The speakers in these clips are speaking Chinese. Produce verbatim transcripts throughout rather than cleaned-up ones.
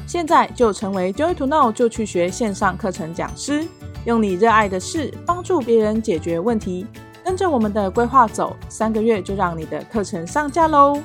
现在就成为 Joy to Know 就去学线上课程讲师，用你热爱的事帮助别人解决问题。跟着我们的规划走，三个月就让你的课程上架咯。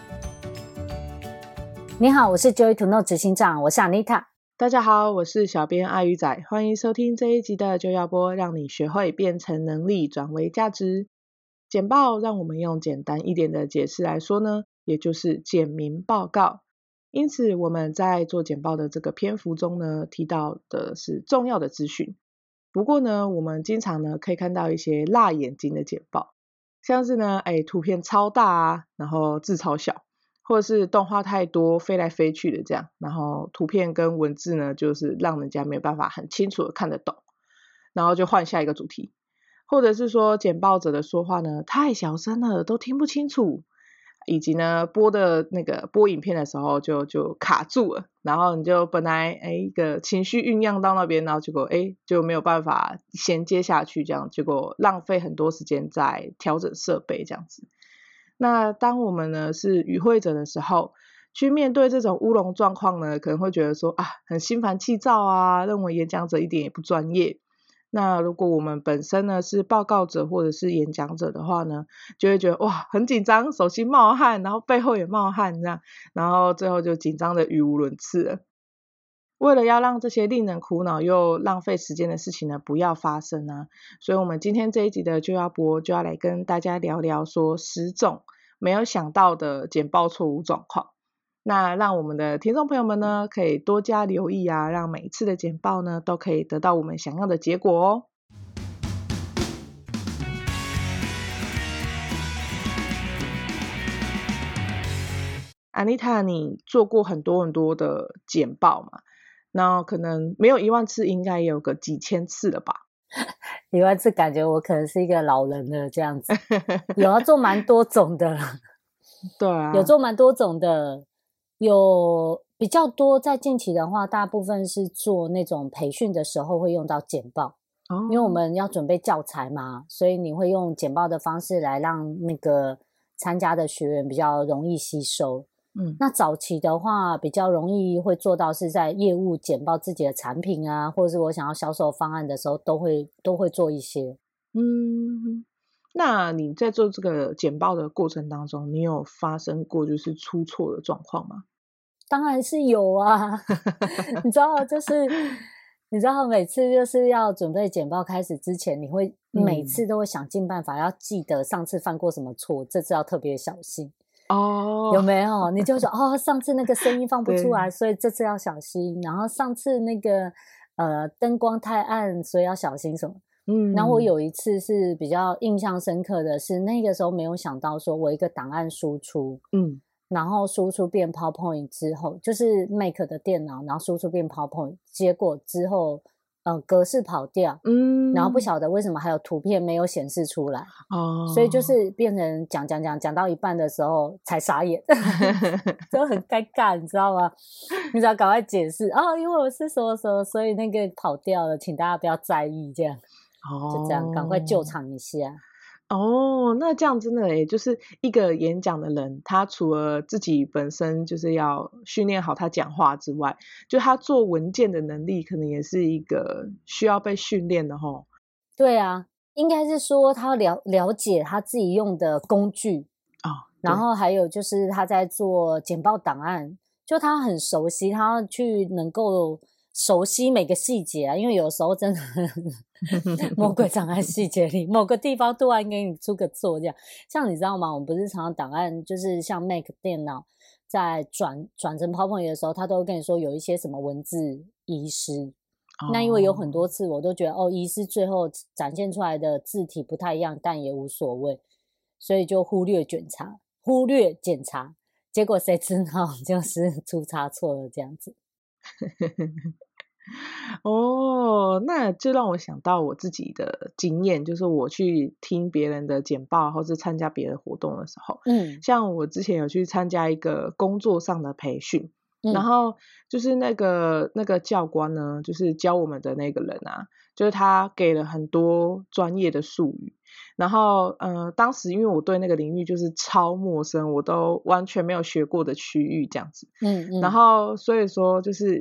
你好，我是 Joy to Know 执行长，我是 Anita。 大家好，我是小编爱鱼仔，欢迎收听这一集的就要播，让你学会变成能力转为价值。简报让我们用简单一点的解释来说呢，也就是简明报告。因此我们在做简报的这个篇幅中呢，提到的是重要的资讯。不过呢，我们经常呢可以看到一些辣眼睛的简报，像是呢，哎，图片超大啊，然后字超小，或者是动画太多，飞来飞去的这样，然后图片跟文字呢，就是让人家没有办法很清楚的看得懂，然后就换下一个主题。或者是说简报者的说话呢太小声了，都听不清楚，以及呢播的那个播影片的时候就就卡住了，然后你就本来诶一个情绪酝酿到那边，然后结果诶就没有办法衔接下去，这样结果浪费很多时间在调整设备这样子。那当我们呢是与会者的时候，去面对这种乌龙状况呢，可能会觉得说啊很心烦气躁啊，认为演讲者一点也不专业。那如果我们本身呢是报告者或者是演讲者的话呢，就会觉得哇很紧张，手心冒汗，然后背后也冒汗这样，然后最后就紧张的语无伦次了。为了要让这些令人苦恼又浪费时间的事情呢不要发生啊，所以我们今天这一集的就要播就要来跟大家聊聊说十种没有想到的简报错误状况。那让我们的听众朋友们呢可以多加留意啊，让每一次的简报呢都可以得到我们想要的结果哦。Anita， 你做过很多很多的简报嘛，那可能没有一万次，应该也有个几千次了吧？ 一万次感觉我可能是一个老人了这样子。有要做蛮多种的。 对啊， 有做蛮多种的。有比较多在近期的话，大部分是做那种培训的时候会用到简报。哦，因为我们要准备教材嘛，所以你会用简报的方式来让那个参加的学员比较容易吸收。嗯，那早期的话比较容易会做到是在业务简报自己的产品啊，或者是我想要销售方案的时候都会都会做一些。嗯， 那你在做这个简报的过程当中，你有发生过就是出错的状况吗？ 当然是有啊。你知道就是你知道每次就是要准备简报开始之前，你会每次都会想尽办法要记得上次犯过什么错，这次要特别小心。哦，有没有？你就说哦，上次那个声音放不出来，所以这次要小心。然后上次那个呃灯光太暗，所以要小心什么。嗯，然后我有一次是比较印象深刻的是，那个时候没有想到说我一个档案输出，嗯，然后输出变 PowerPoint 之后，就是 Mac 的电脑，然后输出变 PowerPoint， 结果之后呃格式跑掉，嗯，然后不晓得为什么还有图片没有显示出来，哦，所以就是变成讲讲讲讲到一半的时候才傻眼。就很尴尬，你知道吗？你只要赶快解释啊，因为我是什么什么，所以那个跑掉了，请大家不要在意，这样。就这样赶快救场一下。 哦，那这样真的耶，就是一个演讲的人，他除了自己本身就是要训练好他讲话之外，就他做文件的能力可能也是一个需要被训练的齁。 对啊，应该是说他了了解他自己用的工具，哦，然后还有就是他在做简报档案，就他很熟悉，他去能够熟悉每个细节啊，因为有时候真的魔鬼藏在细节里，某个地方突然给你出个错这样。像你知道吗，我们不是常常档案就是像 Mac 电脑在转转成 PowerPoint 的时候，他都会跟你说有一些什么文字遗失。哦，那因为有很多次我都觉得哦，遗失最后展现出来的字体不太一样，但也无所谓，所以就忽略检查忽略检查，结果谁知道就是出差错了这样子。 哦，那就让我想到我自己的经验，就是我去听别人的简报或是参加别的活动的时候，嗯，像我之前有去参加一个工作上的培训，嗯，然后就是那个那个教官呢，就是教我们的那个人啊，就是他给了很多专业的术语，然后呃，当时因为我对那个领域就是超陌生，我都完全没有学过的区域这样子，嗯嗯，然后所以说就是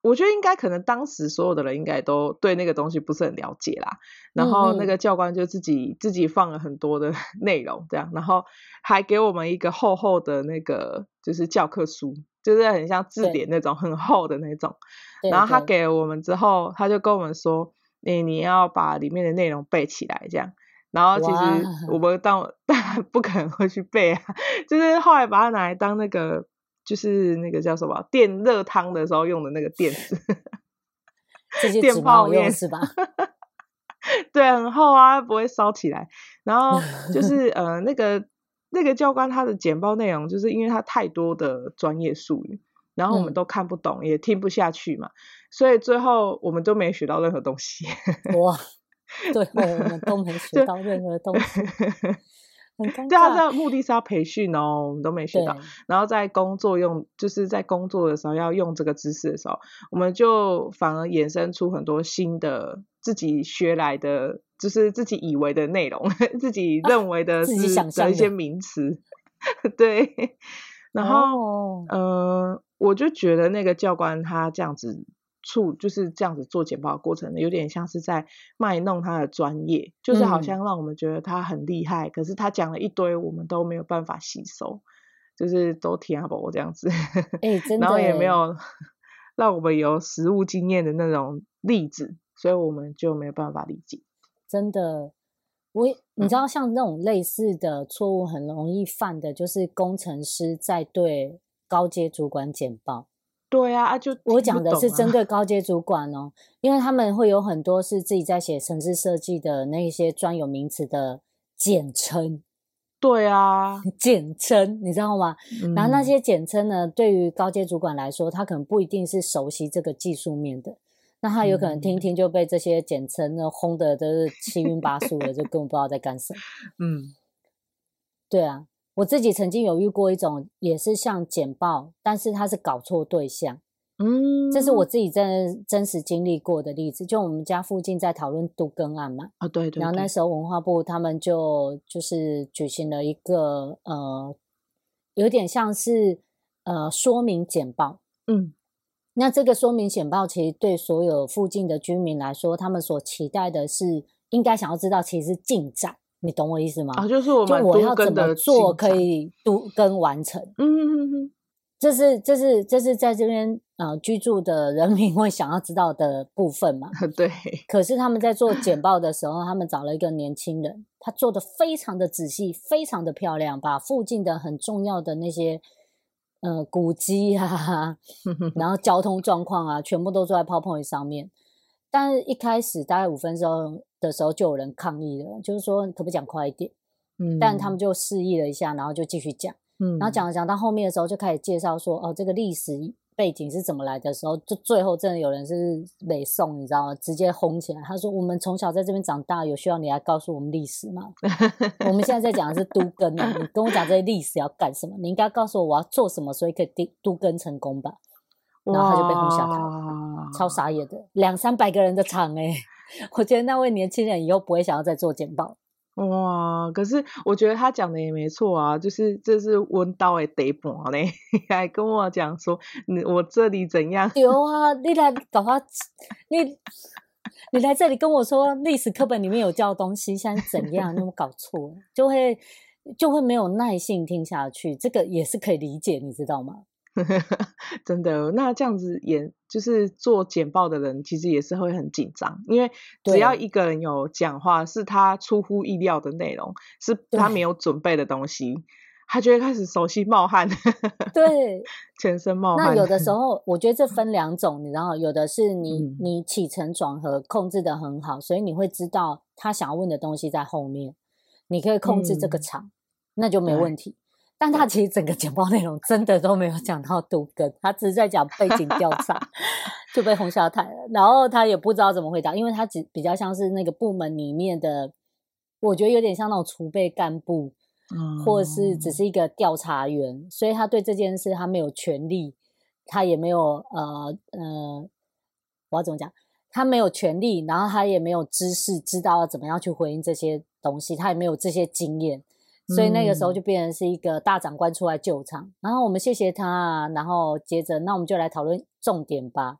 我觉得应该可能当时所有的人应该都对那个东西不是很了解啦，然后那个教官就自己、嗯、自己放了很多的内容这样，然后还给我们一个厚厚的那个就是教科书，就是很像字典那种很厚的那种，然后他给了我们之后他就跟我们说你你要把里面的内容背起来这样，然后其实我们当当然不可能会去背啊，就是后来把它拿来当那个就是那个叫什么电热汤的时候用的那个垫子电泡面是吧对，很厚啊，不会烧起来，然后就是呃那个那个教官他的简报内容就是因为他太多的专业术语，然后我们都看不懂、嗯、也听不下去嘛，所以最后我们都没学到任何东西哇，最后我们都没学到任何东西很尴尬。 对啊，这目的是要培训哦，我们都没学到。然后在工作用，就是在工作的时候要用这个知识的时候，我们就反而衍生出很多新的自己学来的，就是自己以为的内容，自己认为的是的一些名词。对，然后、哦、呃，我就觉得那个教官他这样子。处就是这样子做简报的过程有点像是在卖弄他的专业，就是好像让我们觉得他很厉害、嗯、可是他讲了一堆我们都没有办法吸收，就是都听不懂这样子、 欸、真的然后也没有让我们有实务经验的那种例子，所以我们就没有办法理解。 真的，我你知道像那种类似的错误很容易犯的就是工程师在对高阶主管简报。 对啊，啊就我讲的是针对高阶主管哦，因为他们会有很多是自己在写程式设计的那些专有名词的简称。 对啊， 简称你知道吗、嗯、然后那些简称呢对于高阶主管来说他可能不一定是熟悉这个技术面的，那他有可能听一听就被这些简称呢轰的都是七晕八素的就根本不知道在干什么。嗯，对啊，我自己曾经有遇过一种也是像简报，但是他是搞错对象。嗯，这是我自己真真实经历过的例子，就我们家附近在讨论都更案嘛。 啊、哦，对 对, 对。 然后那时候文化部他们就就是举行了一个呃，有点像是呃说明简报。嗯，那这个说明简报其实对所有附近的居民来说，他们所期待的是应该想要知道其实是进展。你懂我意思吗？ 啊，就是我们就我要怎么做可以都更完成。嗯嗯嗯，这是这是这是在这边呃居住的人民会想要知道的部分嘛。 对。 可是他们在做简报的时候，他们找了一个年轻人，他做的非常的仔细，非常的漂亮，把附近的很重要的那些呃古迹啊，然后交通状况啊，全部都做在 PowerPoint 上面。但是一开始大概五分钟的时候就有人抗议了，就是说可不可以讲快一点。嗯，但他们就示意了一下，然后就继续讲。嗯，然后讲讲到后面的时候就开始介绍说哦这个历史背景是怎么来的时候，就最后真的有人是北宋你知道吗，直接轰起来。他说我们从小在这边长大，有需要你来告诉我们历史吗？我们现在在讲的是都更哦，你跟我讲这些历史要干什么？你应该告诉我我要做什么所以可以都更成功吧。然后他就被轰下台，超傻眼的，两三百个人的场哎、欸，我觉得那位年轻人以后不会想要再做简报。 哇，可是我觉得他讲的也没错啊，就是这是温刀的第一半呢，你还跟我讲说你我这里怎样？ 有啊，你来搞他，你你来这里跟我说历史课本里面有教的东西，现在怎样？你有没有搞错？就会就会没有耐性听下去，这个也是可以理解，你知道吗？ 真的，那这样子也就是做简报的人其实也是会很紧张，因为只要一个人有讲话是他出乎意料的内容，是他没有准备的东西，他就会开始手心冒汗。 对， 全身冒汗。 那有的时候我觉得这分两种，你知道，有的是你、嗯、你起承转合控制得很好，所以你会知道他想要问的东西在后面，你可以控制这个场、嗯、那就没问题。但他其实整个简报内容真的都没有讲到都更，他只是在讲背景调查就被轰下台了，然后他也不知道怎么回答，因为他只比较像是那个部门里面的，我觉得有点像那种储备干部、嗯、或者是只是一个调查员，所以他对这件事他没有权利，他也没有呃呃我要怎么讲，他没有权利，然后他也没有知识知道要怎么样去回应这些东西，他也没有这些经验，所以那个时候就变成是一个大长官出来救场、嗯、然后我们谢谢他，然后接着那我们就来讨论重点吧。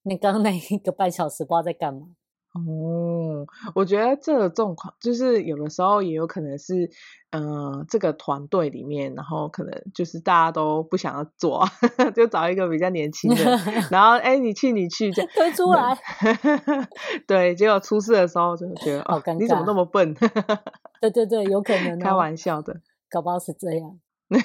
你刚刚那一个半小时不知道在干嘛。 哦，我觉得这个状况就是有的时候也有可能是，呃，这个团队里面，然后可能就是大家都不想要做，就找一个比较年轻的，然后哎，你去你去这样推出来， 对，结果出事的时候就觉得，哦， 好尴尬， 你怎么那么笨？ 对对对，有可能哦， 开玩笑的， 搞不好是这样。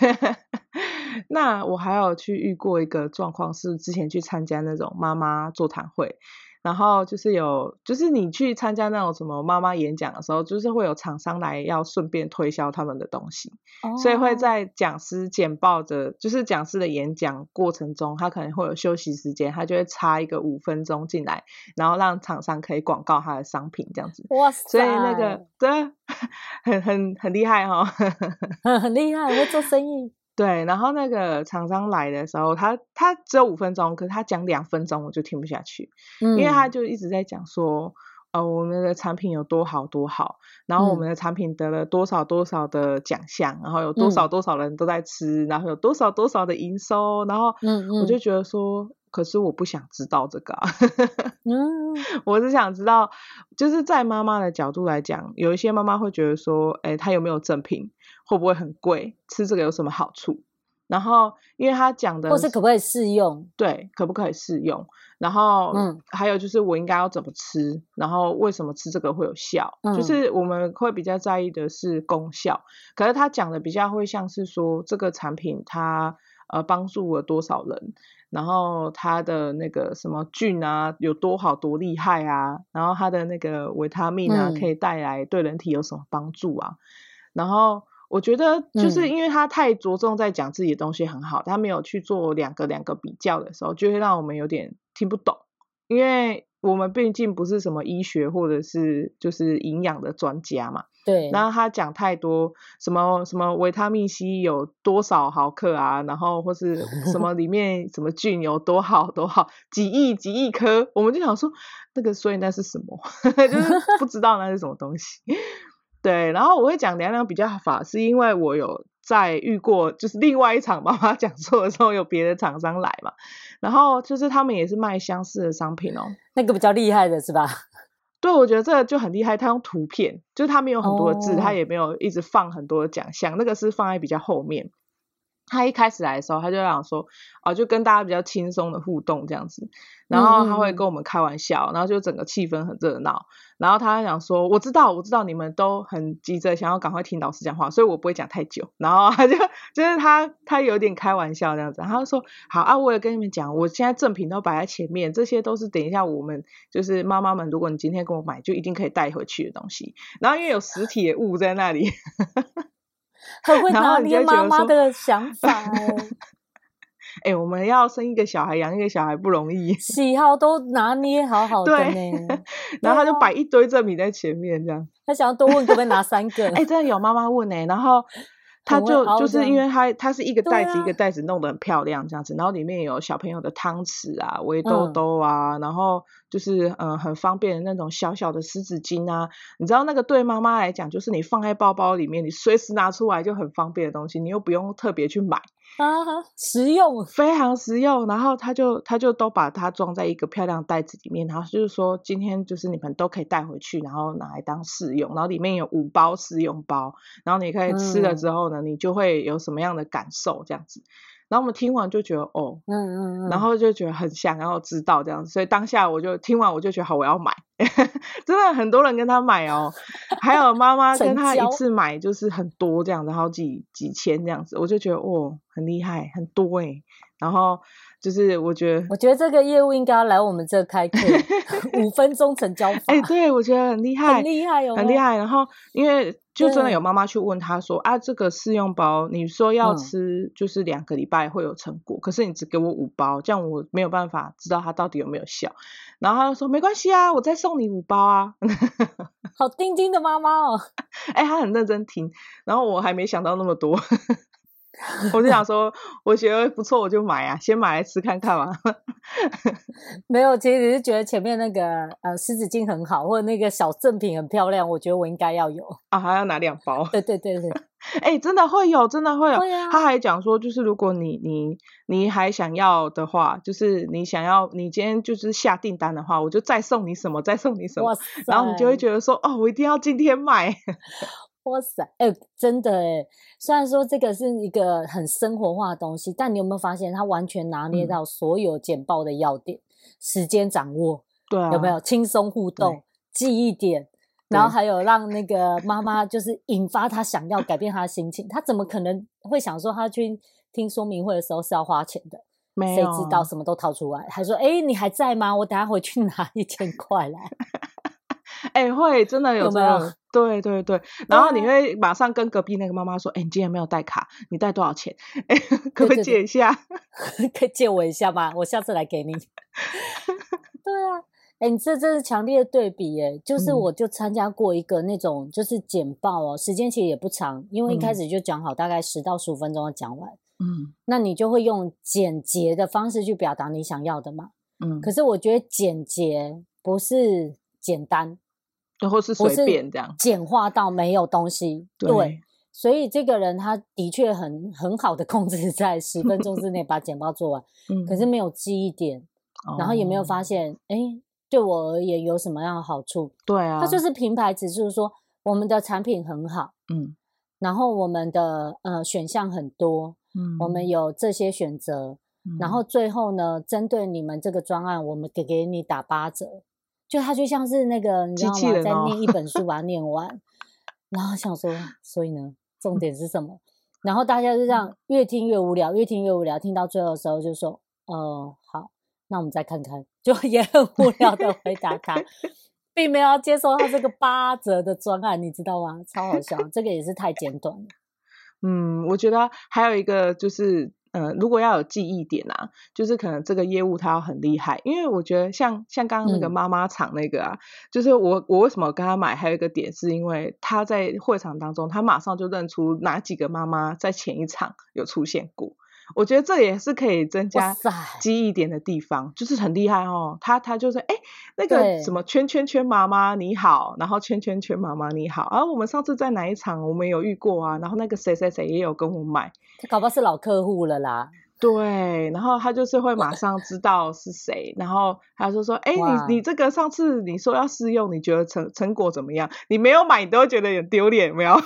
那我还有去遇过一个状况，是之前去参加那种妈妈座谈会。然后就是有，就是你去参加那种什么妈妈演讲的时候，就是会有厂商来要顺便推销他们的东西，哦、所以会在讲师简报的，就是讲师的演讲过程中，他可能会有休息时间，他就会插一个五分钟进来，然后让厂商可以广告他的商品这样子。 哇塞！ 所以那个对，很很很厉害哈、 哦，很厉害，会做生意。 对，然后那个厂商来的时候，他他只有五分钟，可是他讲两分钟我就听不下去，嗯、因为他就一直在讲说，呃，我们的产品有多好多好，然后我们的产品得了多少多少的奖项，然后有多少多少人都在吃，嗯、然后有多少多少的营收，然后我就觉得说，嗯、可是我不想知道这个、啊，嗯，我是想知道，就是在妈妈的角度来讲，有一些妈妈会觉得说，哎，他有没有赠品？会不会很贵？吃这个有什么好处？然后因为他讲的， 或是可不可以试用？ 对，可不可以试用？然后，嗯，还有就是我应该要怎么吃？然后为什么吃这个会有效？嗯、就是我们会比较在意的是功效。可是他讲的比较会像是说这个产品它呃帮助了多少人，然后它的那个什么菌啊有多好多厉害啊，然后它的那个维他命啊、嗯、可以带来对人体有什么帮助啊，然后。我觉得就是因为他太着重在讲自己的东西很好，嗯、他没有去做两个两个比较的时候，就会让我们有点听不懂，因为我们毕竟不是什么医学或者是就是营养的专家嘛。 对。 然后他讲太多什么什么维他命 C 有多少毫克啊，然后或是什么里面什么菌有多好多好，几亿几亿颗，我们就想说那个所以那是什么，就是不知道那是什么东西。对，然后我会讲凉凉比较法，是因为我有在遇过，就是另外一场妈妈讲座的时候，有别的厂商来嘛，然后就是他们也是卖相似的商品哦。 那个比较厉害的是吧？ 对，我觉得这个就很厉害，他用图片，就是他没有很多的字，他、oh. 也没有一直放很多的奖项，那个是放在比较后面。他一开始来的时候，他就想说，哦，就跟大家比较轻松的互动这样子，然后他会跟我们开玩笑，嗯、然后就整个气氛很热闹。然后他想说，我知道，我知道你们都很急着想要赶快听老师讲话，所以我不会讲太久。然后他就就是他他有点开玩笑这样子，他就说，好啊，我也跟你们讲，我现在赠品都摆在前面，这些都是等一下我们就是妈妈们，如果你今天跟我买，就一定可以带回去的东西。然后因为有实体的物在那里。 很会拿捏妈妈的想法哎、欸欸，我们要生一个小孩养一个小孩不容易， 喜好都拿捏好好的呢。 然后他就摆一堆赠品在前面这样， 他想要多问可不可以拿三个。 哎、欸，真的有妈妈问哎、欸，然后他就就是因为他他是一个袋子、啊、一个袋子弄得很漂亮这样子，然后里面有小朋友的汤匙啊、围兜兜啊、嗯、然后就是呃很方便的那种小小的湿纸巾啊，你知道那个对妈妈来讲就是你放在包包里面，你随时拿出来就很方便的东西，你又不用特别去买啊，实用， 非常实用。然后他就他就都把它装在一个漂亮袋子里面，然后就是说今天就是你们都可以带回去，然后拿来当试用，然后里面有五包试用包，然后你可以吃了之后呢、嗯、你就会有什么样的感受这样子。然后我们听完就觉得哦，嗯嗯嗯，然后就觉得很想要知道这样子，所以当下我就听完我就觉得好，我要买。真的很多人跟他买哦，还有妈妈跟他一次买就是很多这样子，好几几千这样子，我就觉得哦很厉害，很多哎、欸。然后就是我觉得， 我觉得这个业务应该要来我们这开课，五分钟成交法。 哎、欸，对，我觉得很厉害， 很厉害哦， 很厉害。然后因为就真的有妈妈去问他说啊，这个试用包你说要吃就是两个礼拜会有成果、嗯、可是你只给我五包，这样我没有办法知道它到底有没有效。然后他就说没关系啊，我再送你五包啊。 好钉钉的妈妈哦。 哎、欸，他很认真听，然后我还没想到那么多。我就想说我觉得不错我就买啊，先买来吃看看嘛。 没有，其实是觉得前面那个呃湿纸巾很好，或者那个小赠品很漂亮，我觉得我应该要有啊， 还要拿两包。 对对对对， 哎、欸，真的会有，真的会有。 会啊、 他还讲说，就是如果你你你还想要的话，就是你想要你今天就是下订单的话，我就再送你什么，再送你什么，然后你就会觉得说，哦，我一定要今天买。 哇塞，哎、欸，真的哎！虽然说这个是一个很生活化的东西，但你有没有发现，它完全拿捏到所有简报的要点，嗯、时间掌握， 对啊， 有没有轻松互动、记忆点？然后还有让那个妈妈就是引发她想要改变她的心情，她怎么可能会想说她去听说明会的时候是要花钱的？ 没有，谁知道什么都掏出来，还说哎，你还在吗？我等下回去拿一千块来。 哎、欸，会真的有这个， 有没有？ 对对对，然后你会马上跟隔壁那个妈妈说，哎、欸，你今天没有带卡，你带多少钱？哎、欸，可不可以借一下？ 可以借我一下吗？我下次来给你。对啊。哎、欸，你这真是强烈的对比耶！就是我就参加过一个那种就是简报哦，时间其实也不长，因为一开始就讲好大概十到十五分钟要讲完。嗯，那你就会用简洁的方式去表达你想要的嘛。嗯，可是我觉得简洁不是简单， 或是随便这样， 简化到没有东西。对，对，所以这个人他的确很很好的控制在十分钟之内把简报做完。嗯，可是没有记忆点，嗯、然后也没有发现，哎、哦。对我而言有什么样的好处？ 对啊， 它就是品牌指数说我们的产品很好，嗯，然后我们的呃选项很多，嗯，我们有这些选择，嗯，然后最后呢，针对你们这个专案，我们给给你打八折，就它就像是那个你知道吗？哦、在念一本书把它念完，然后想说，所以呢，重点是什么？然后大家就这样越听越无聊，越听越无聊，听到最后的时候就说，呃，好。那我们再看看，就也很无聊的回答他，并没有要接受他这个八折的专案，你知道吗？超好笑，这个也是太简短了。 嗯，我觉得还有一个就是，呃，如果要有记忆点啊，就是可能这个业务它要很厉害，因为我觉得像像刚刚那个妈妈场那个啊，嗯、就是我我为什么跟他买，还有一个点是因为他在会场当中，他马上就认出哪几个妈妈在前一场有出现过。我觉得这也是可以增加记忆点的地方，就是很厉害哦。他他就是哎，那个什么圈圈圈妈妈你好，然后圈圈圈妈妈你好，然后我们上次在哪一场我们有遇过啊，然后那个谁谁谁也有跟我买， 他搞不好是老客户了啦。 对，然后他就是会马上知道是谁，然后他就说，哎，你你这个上次你说要试用，你觉得成成果怎么样？你没有买，你都会觉得有丢脸，有没有？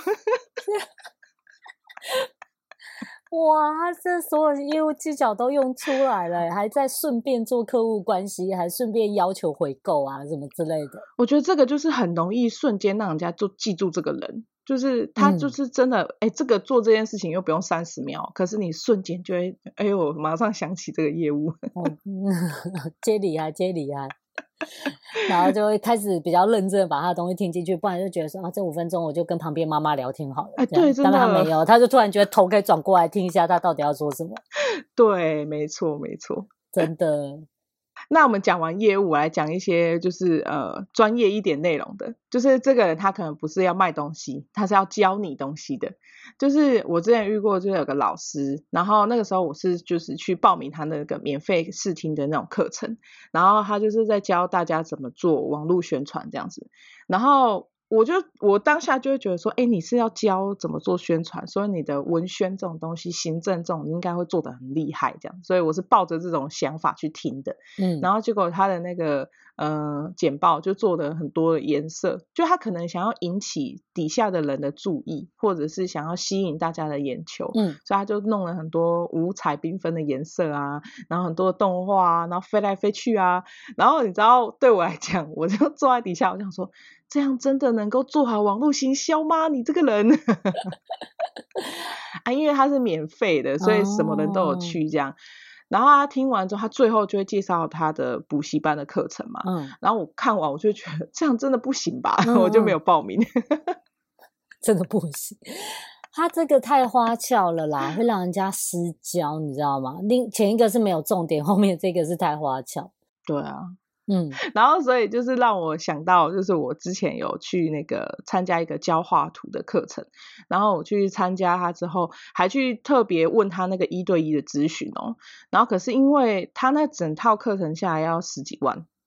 哇，这所有业务技巧都用出来了，还在顺便做客户关系，还顺便要求回购啊什么之类的。 我觉得这个就是很容易瞬间让人家就记住这个人，就是他就是真的，哎、嗯，这个做这件事情又不用三十秒，可是你瞬间就会，哎呦，马上想起这个业务。 哦，接厉害，接厉害。然后就会开始比较认真的把他的东西听进去，不然就觉得说啊，这五分钟我就跟旁边妈妈聊天好了。 哎，对，真的。 但他没有，他就突然觉得头可以转过来听一下他到底要说什么。 对，没错，没错， 真的。 那我们讲完业务，来讲一些就是呃专业一点内容的。就是这个人他可能不是要卖东西，他是要教你东西的。就是我之前遇过，就是有个老师，然后那个时候我是就是去报名他那个免费试听的那种课程，然后他就是在教大家怎么做网络宣传这样子，然后我就我当下就会觉得说，哎，你是要教怎么做宣传，所以你的文宣这种东西，行政这种你应该会做得很厉害这样，所以我是抱着这种想法去听的。嗯，然后结果他的那个呃简报就做的很多的颜色，就他可能想要引起底下的人的注意，或者是想要吸引大家的眼球，嗯，所以他就弄了很多五彩缤纷的颜色啊，然后很多的动画啊，然后飞来飞去啊，然后你知道对我来讲，我就坐在底下，我想说，这样真的能够做好网络行销吗？你这个人啊，因为他是免费的，所以什么人都有去这样。哦，然后他听完之后，他最后就会介绍他的补习班的课程嘛。嗯，然后我看完我就觉得这样真的不行吧，嗯，我就没有报名。 真的不行，他这个太花俏了啦，会让人家失焦，你知道吗？另前一个是没有重点，后面这个是太花俏。 对啊。嗯，然后所以就是让我想到，就是我之前有去那个参加一个教画图的课程，然后我去参加他之后，还去特别问他那个一对一的咨询哦，然后可是因为他那整套课程下来要十几万，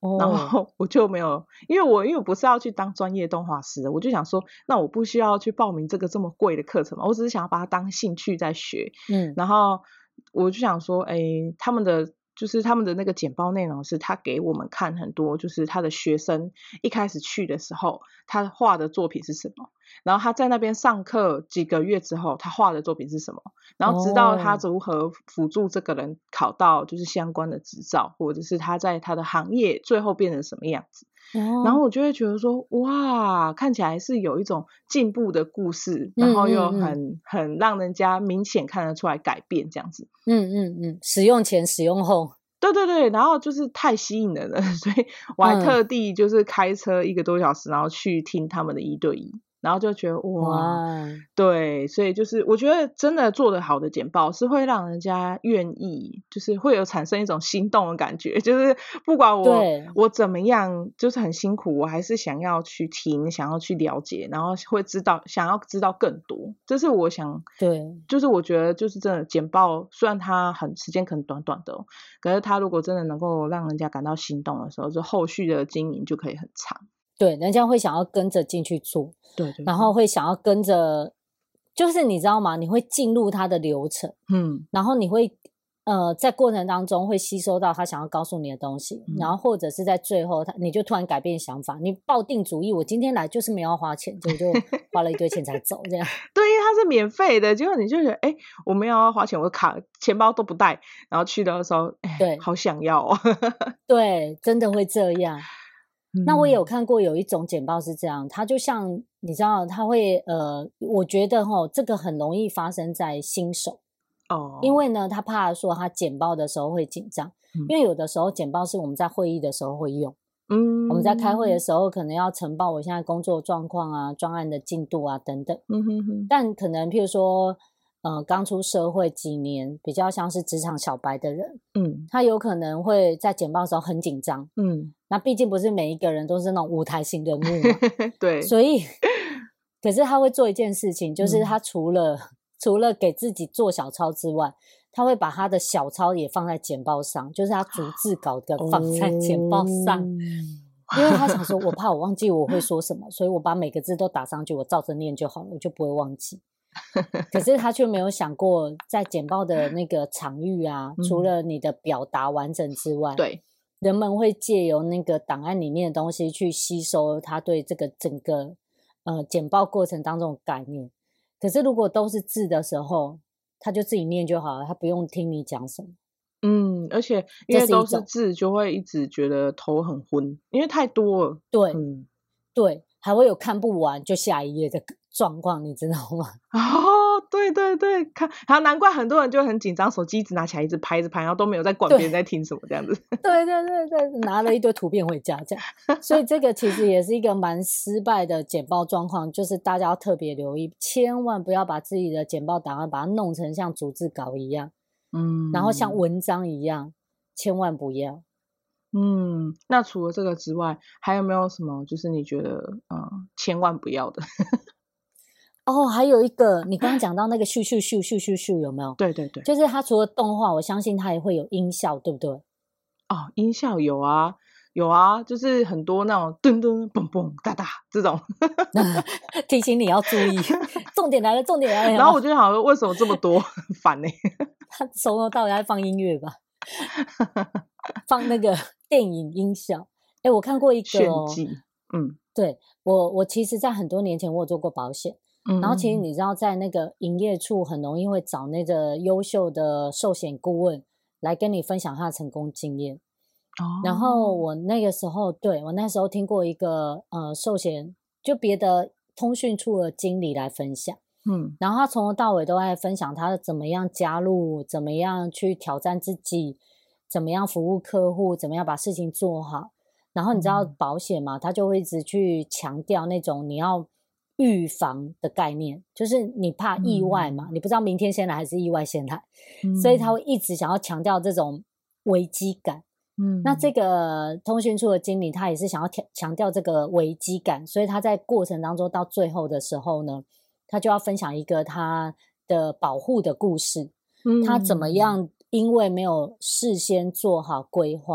然哦， 后我就没有，因为我因为我不是要去当专业动画师的，我就想说，那我不需要去报名这个这么贵的课程嘛，我只是想要把它当兴趣在学。 嗯， 然后我就想说，哎，他们的就是他们的那个简报内容是他给我们看很多，就是他的学生一开始去的时候，他画的作品是什么，然后他在那边上课几个月之后，他画的作品是什么，然后直到他哦， 如何辅助这个人考到就是相关的执照，或者是他在他的行业最后变成什么样子。然后哦， 我就会觉得说，哇，看起来是有一种进步的故事，然嗯后又嗯嗯很很让人家明显看得出来改变这样子。 嗯嗯嗯，使用前使用后， 对对对，然后就是太吸引人了，所以我还嗯， 特地就是开车一个多小时，然后去听他们的一对一，然后就觉得哇， 哇， 对，所以就是我觉得真的做得好的简报是会让人家愿意，就是会有产生一种心动的感觉，就是不管我对我怎么样，就是很辛苦，我还是想要去听，想要去了解，然后会知道想要知道更多，这是我想， 对， 就是我觉得就是真的简报，虽然它很时间可能短短的哦，可是它如果真的能够让人家感到心动的时候，就后续的经营就可以很长。 对，人家会想要跟着进去做， 对对对， 然后会想要跟着，就是你知道吗？你会进入他的流程， 嗯然后你会呃在过程当中会吸收到他想要告诉你的东西，然后嗯， 或者是在最后他你就突然改变想法，你抱定主意，我今天来就是没有要花钱，结果就花了一堆钱才走，这样。 对，因为它是免费的，结果你就觉得，哎，我没有要花钱，我卡钱包都不带，然后去的时候，哎， 对好想要哦。 对，真的会这样。那我也有嗯， 看过有一种简报是这样，它就像你知道，它会呃，我觉得哈，这个很容易发生在新手，因哦， 为呢，他怕说他简报的时候会紧张， 嗯因为有的时候简报是我们在会议的时候会用，我们在开会的嗯时候可能要呈报我现在工作状况啊、专案的进度啊等等， 嗯哼哼， 但可能譬如说，呃，刚出社会几年，比较像是职场小白的人， 嗯他有可能会在简报的时候很紧张。 嗯， 那毕竟不是每一个人都是那种舞台型人物嘛， 对， 所以，可是他会做一件事情，就是嗯他除了、除了给自己做小抄之外，他会把他的小抄也放在简报上，就是他逐字稿的放在简报上， 哦因为他想说，我怕我忘记我会说什么，所以我把每个字都打上去，我照着念就好了，我就不会忘记。可是他却没有想过，在简报的那个场域啊， 嗯除了你的表达完整之外， 对， 人们会借由那个档案里面的东西去吸收他对这个整个呃简报过程当中的概念。可是如果都是字的时候，他就自己念就好了，他不用听你讲什么。 嗯，而且因为都是这是一种字，就会一直觉得头很昏，因为太多了。 对嗯， 对，还会有看不完就下一页的状况，你知道吗？ 哦，对对对，看，好，难怪很多人就很紧张，手机一直拿起来，一直拍，一直拍，然后都没有在管别人对在听什么这样子。 对对对对，拿了一堆图片回家这样，所以这个其实也是一个蛮失败的简报状况，就是大家要特别留意，千万不要把自己的简报档案把它弄成像逐字稿一样， 嗯， 然后像文章一样，千万不要。 嗯，那除了这个之外，还有没有什么就是你觉得呃千万不要的？ 哦，还有一个，你刚刚讲到那个咻咻咻咻咻咻，有没有？ 对对对， 就是它除了动画，我相信它也会有音效，对不对？ 哦，音效有啊有啊，就是很多那种噔噔嘣嘣哒哒这种， 提醒你要注意，重点来了，重点来了。 然后我就想说为什么这么多，很烦呢、 他从头到尾在放音乐吧，放那个电影音效。哎，我看过一个炫哦， 技，嗯对，我我其实在很多年前我有做过保险， 嗯， 然后其实嗯你知道，在那个营业处很容易会找那个优秀的寿险顾问来跟你分享他的成功经验。然后哦， 我那个时候，对，我那时候听过一个呃寿险，就别的通讯处的经理来分享， 嗯然后他从头到尾都在分享他怎么样加入，怎么样去挑战自己，怎么样服务客户，怎么样把事情做好。然后你知道嗯保险嘛，他就会一直去强调那种你要预防的概念，就是你怕意外嘛， 嗯你不知道明天先来还是意外先来， 嗯， 所以他会一直想要强调这种危机感。 嗯， 那这个通讯处的经理，他也是想要强强调这个危机感，所以他在过程当中到最后的时候呢，他就要分享一个他的保护的故事，他怎么嗯样因为没有事先做好规划，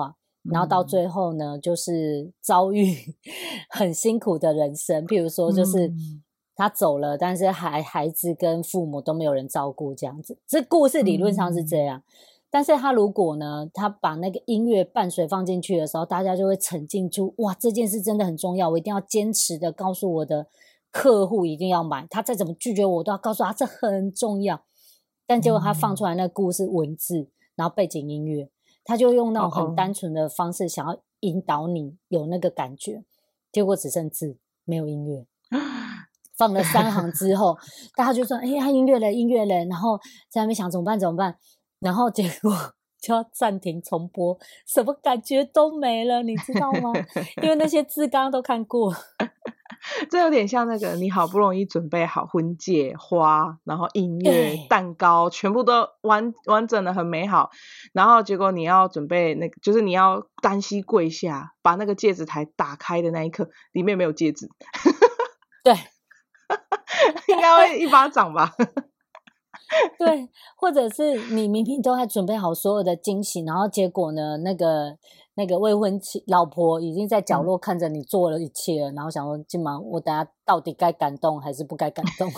然后到最后呢就是遭遇很辛苦的人生，譬如说就是他走了，但是孩孩子跟父母都没有人照顾这样子，这故事理论上是这样、嗯、但是他如果呢他把那个音乐伴随放进去的时候，大家就会沉浸出哇这件事真的很重要，我一定要坚持的告诉我的客户一定要买，他再怎么拒绝我都要告诉他这很重要。但结果他放出来那个故事文字然后背景音乐，他就用那种很单纯的方式想要引导你有那个感觉，结果只剩字没有音乐。放了三行之后大家就说哎呀音乐嘞音乐嘞，然后在那边想怎么办怎么办，然后结果就要暂停重播，什么感觉都没了你知道吗？因为那些字刚刚都看过。 这有点像那个你好不容易准备好婚戒花然后音乐蛋糕全部都完完整的很美好，然后结果你要准备那个就是你要单膝跪下把那个戒指台打开的那一刻里面没有戒指。 对应该会一巴掌吧。 对，或者是你明明都还准备好所有的惊喜，然后结果呢那个那个未婚妻老婆已经在角落看着你做了一切了、嗯、然后想说今晚我等下到底该感动还是不该感动。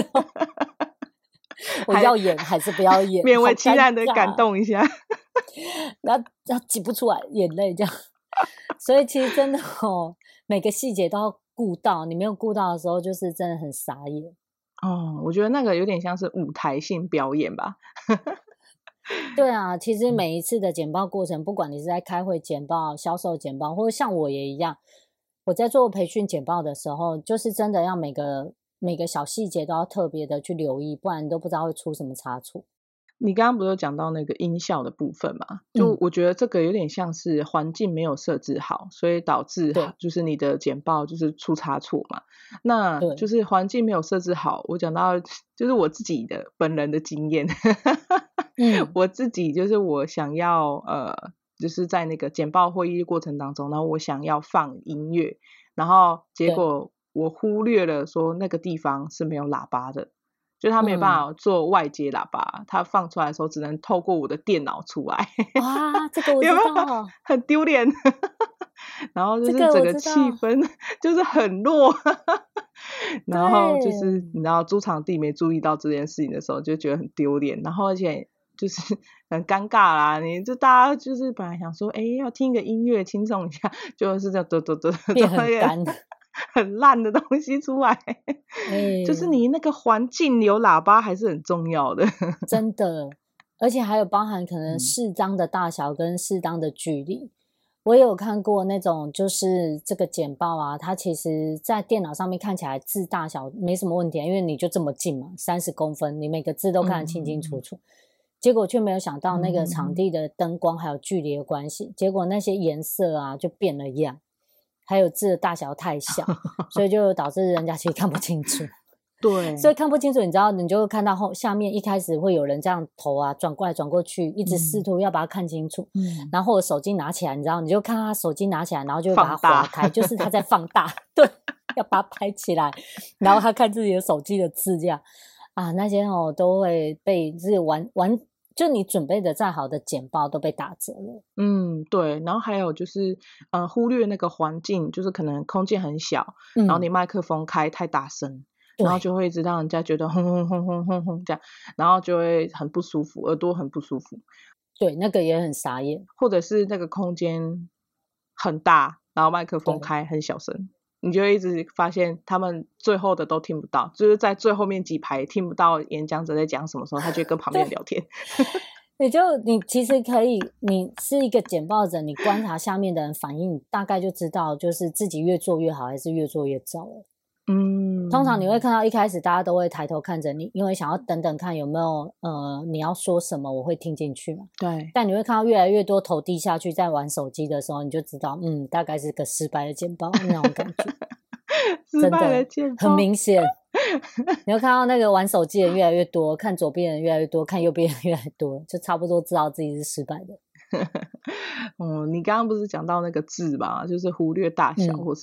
我要演还是不要演， 勉为其难的感动一下。 然后然后挤不出来眼泪这样。所以其实真的哦每个细节都要顾到，你没有顾到的时候就是真的很傻眼。 哦，我觉得那个有点像是舞台性表演吧。 对啊，其实每一次的简报过程，不管你是在开会简报、销售简报，或者像我也一样，我在做培训简报的时候，就是真的要每个每个小细节都要特别的去留意，不然你都不知道会出什么差错。 你刚刚不是有讲到那个音效的部分嘛，就我觉得这个有点像是环境没有设置好、嗯、所以导致就是你的简报就是出差错嘛。那就是环境没有设置好，我讲到就是我自己的本人的经验。嗯、我自己就是我想要呃就是在那个简报会议过程当中，然后我想要放音乐，然后结果我忽略了说那个地方是没有喇叭的，就他没有办法做外接喇叭、嗯、他放出来的时候只能透过我的电脑出来。 哇这个我知道，有没有很丢脸。然后就是整个气氛就是很弱。然后就是你知道驻场地没注意到这件事情的时候就觉得很丢脸，然后而且就是很尴尬啦，你就大家就是本来想说哎要听个音乐轻松一下，就是这样嘟嘟嘟变很干很烂的东西出来、欸、就是你那个环境有喇叭还是很重要的。 真的，而且还有包含可能适当的大小跟适当的距离、嗯、我也有看过那种就是这个简报啊，它其实在电脑上面看起来字大小没什么问题，因为你就这么近嘛，三十公分你每个字都看得清清楚楚、嗯、结果却没有想到那个场地的灯光还有距离的关系、嗯、结果那些颜色啊就变了样，还有字的大小太小，所以就导致人家其实看不清楚。 对， 所以看不清楚，你知道你就会看到后下面一开始会有人这样头啊转过来转过去，一直试图要把它看清楚、嗯、然后或者手机拿起来，你知道你就看他手机拿起来，然后就会把它划开，就是他在放大。对，要把它拍起来，然后他看自己的手机的字这样啊，那些哦都会被是完完就你准备的再好的简报都被打折了。 嗯，对，然后还有就是呃忽略那个环境，就是可能空间很小、嗯、然后你麦克风开太大声，然后就会一直让人家觉得轰轰轰轰轰轰这样，然后就会很不舒服，耳朵很不舒服。 对，那个也很傻眼。 或者是那个空间很大，然后麦克风开很小声，你就会一直发现他们最后的都听不到，就是在最后面几排听不到演讲者在讲什么时候，他就会跟旁边人聊天。 你就你其实可以，你是一个简报者，你观察下面的人反应，你大概就知道就是自己越做越好还是越做越糟了。嗯，通常你会看到一开始大家都会抬头看着你，因为想要等等看有没有呃你要说什么我会听进去嘛。 对， 但你会看到越来越多头低下去在玩手机的时候，你就知道嗯大概是个失败的简报那种感觉。 失败的简报很明显。你会看到那个玩手机的人越来越多，看左边的人越来越多，看右边的人越来越多，就差不多知道自己是失败的。 嗯，你刚刚不是讲到那个字吧，就是忽略大小或什么、嗯、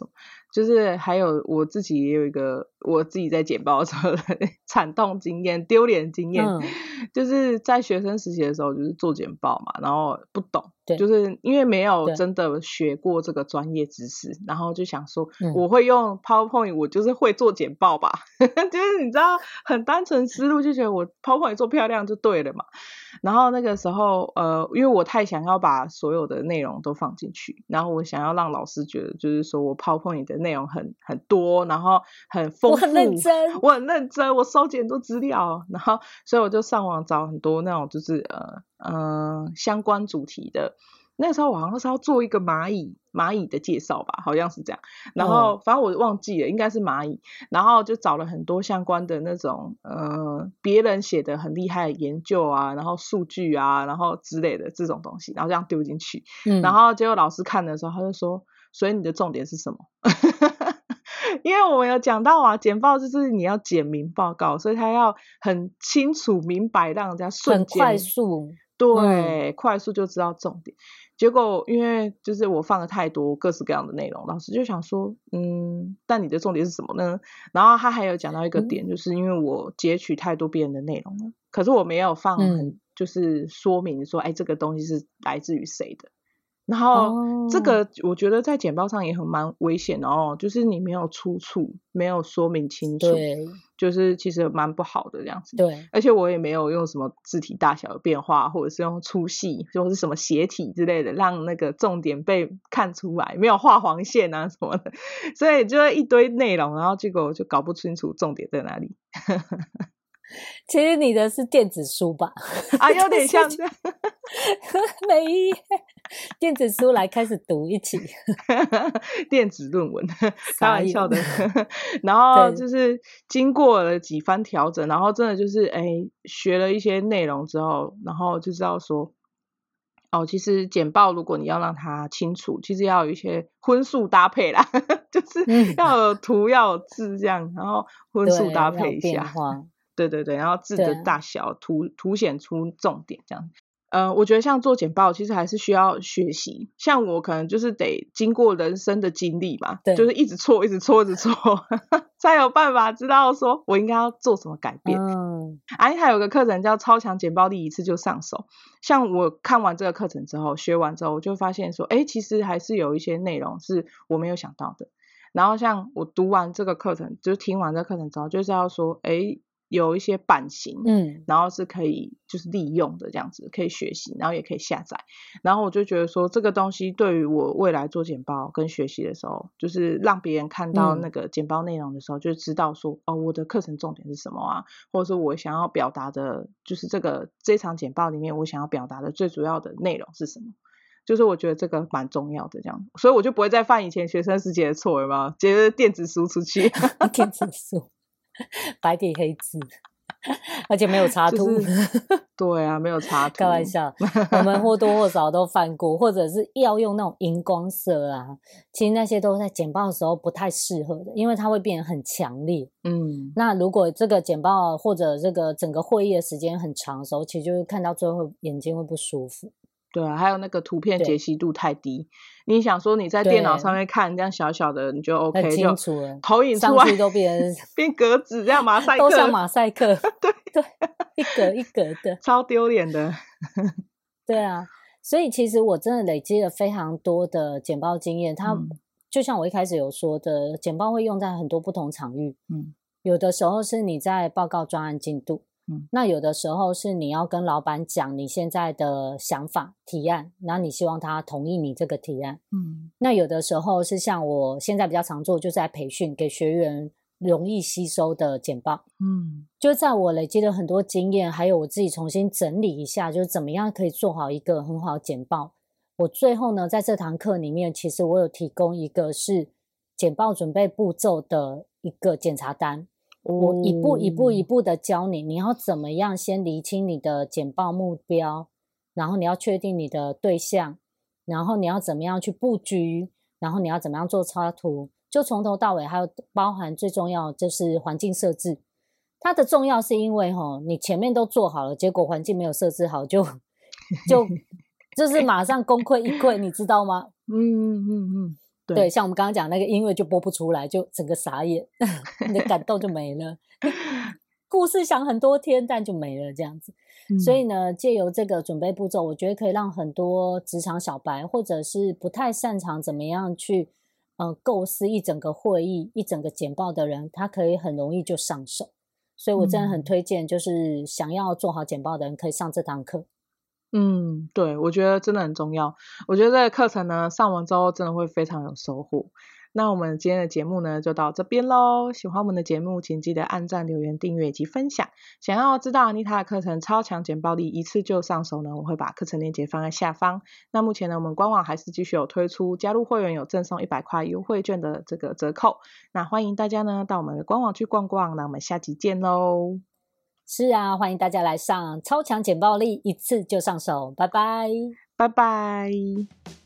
就是还有我自己也有一个我自己在简报的时候的惨痛经验丢脸经验、嗯、就是在学生时期的时候就是做简报嘛，然后不懂，就是因为没有真的学过这个专业知识，然后就想说我会用 PowerPoint、嗯、我就是会做简报吧就是你知道很单纯思路，就觉得我 PowerPoint 做漂亮就对了嘛。然后那个时候呃，因为我太想要把所有的内容都放进去，然后我想要让老师觉得就是说我 PowerPoint 的内容很很多，然后很丰富， 我很认真我很认真我收集很多资料，然后所以我就上网找很多那种就是呃呃相关主题的。那时候我好像是要做一个蚂蚁蚂蚁的介绍吧，好像是这样，然后反正我忘记了，应该是蚂蚁，然后就找了很多相关的那种呃别人写的很厉害的研究啊，然后数据啊，然后之类的这种东西，然后这样丢进去、嗯、然后结果老师看的时候他就说，所以你的重点是什么因为我们有讲到啊，简报就是你要简明报告，所以他要很清楚明白，让人家瞬间很快速， 对、嗯、快速就知道重点。结果因为就是我放了太多各式各样的内容，老师就想说嗯，但你的重点是什么呢？然后他还有讲到一个点、嗯、就是因为我截取太多别人的内容了，可是我没有放很、嗯、就是说明说哎，这个东西是来自于谁的。然后这个我觉得在简报上也很蛮危险的哦，就是你没有出处，没有说明清楚， 对， 就是其实蛮不好的这样子。 对， 而且我也没有用什么字体大小的变化，或者是用粗细或是什么斜体之类的让那个重点被看出来，没有画黄线啊什么的，所以就一堆内容，然后结果就搞不清楚重点在哪里其实你的是电子书吧？ 啊，有点像这样每一页电子书来开始读一起电子论文开玩笑的然后就是经过了几番调整，然后真的就是哎学了一些内容之后，然后就知道说哦，其实简报如果你要让它清楚，其实要有一些荤素搭配啦就是要有图、嗯、要有字这样，然后荤素搭配一下，对对对，然后字的大小凸凸显出重点这样。呃，我觉得像做简报其实还是需要学习，像我可能就是得经过人生的经历嘛，就是一直错一直错一直错才有办法知道说我应该要做什么改变。嗯，啊，还有个课程叫超强简报力一次就上手，像我看完这个课程之后学完之后，我就发现说哎，其实还是有一些内容是我没有想到的。然后像我读完这个课程，就是听完这个课程之后，就是要说哎，有一些版型，嗯，然后是可以就是利用的这样子，可以学习，然后也可以下载。然后我就觉得说这个东西对于我未来做简报跟学习的时候，就是让别人看到那个简报内容的时候、嗯、就知道说哦，我的课程重点是什么啊，或者是我想要表达的就是这个这场简报里面我想要表达的最主要的内容是什么，就是我觉得这个蛮重要的这样，所以我就不会再犯以前学生时期的错，有没有？接着电子书出去电子书白底黑字而且没有插图、就是、 对啊，没有插图， 开玩笑我们或多或少都犯过，或者是要用那种荧光色啊，其实那些都在简报的时候不太适合的，因为它会变得很强烈。嗯，那如果这个简报或者这个整个会议的时间很长的时候，其实就会看到最后眼睛会不舒服。 对啊，还有那个图片解析度太低，你想说你在电脑上面看这样小小的你就 OK， 很清楚了， 投影出来上去都变变格子这样马赛克， 都像马赛克对对，一格一格的， 超丢脸的对啊，所以其实我真的累积了非常多的简报经验，它、嗯、就像我一开始有说的，简报会用在很多不同场域，嗯，有的时候是你在报告专案进度，嗯，那有的时候是你要跟老板讲你现在的想法提案，然后你希望他同意你这个提案，嗯，那有的时候是像我现在比较常做，就是在培训给学员容易吸收的简报，嗯，就在我累积了很多经验，还有我自己重新整理一下，就是怎么样可以做好一个很好的简报。我最后呢，在这堂课里面，其实我有提供一个是简报准备步骤的一个检查单。我一步一步一步的教你，你要怎么样先厘清你的简报目标，然后你要确定你的对象，然后你要怎么样去布局，然后你要怎么样做插图，就从头到尾，还有包含最重要就是环境设置。它的重要是因为齁，你前面都做好了，结果环境没有设置好，就就就是马上功亏一篑，你知道吗？ 嗯嗯嗯嗯。 对， 对，像我们刚刚讲那个音乐就播不出来，就整个傻眼，你的感动就没了。故事想很多天，但就没了这样子。 嗯、 所以呢，借由这个准备步骤，我觉得可以让很多职场小白，或者是不太擅长怎么样去呃构思一整个会议、一整个简报的人，他可以很容易就上手。所以我真的很推荐，就是想要做好简报的人可以上这堂课。 嗯，对，我觉得真的很重要。我觉得这个课程呢，上完之后真的会非常有收获。那我们今天的节目呢，就到这边咯。喜欢我们的节目，请记得按赞、留言、订阅以及分享。想要知道 Anita 的课程超强简报力一次就上手呢，我会把课程链接放在下方。那目前呢，我们官网还是继续有推出加入会员有赠送一百块优惠券的这个折扣。那欢迎大家呢到我们的官网去逛逛。那我们下集见咯。 是啊，欢迎大家来上超强简报力一次就上手，拜拜， 拜拜。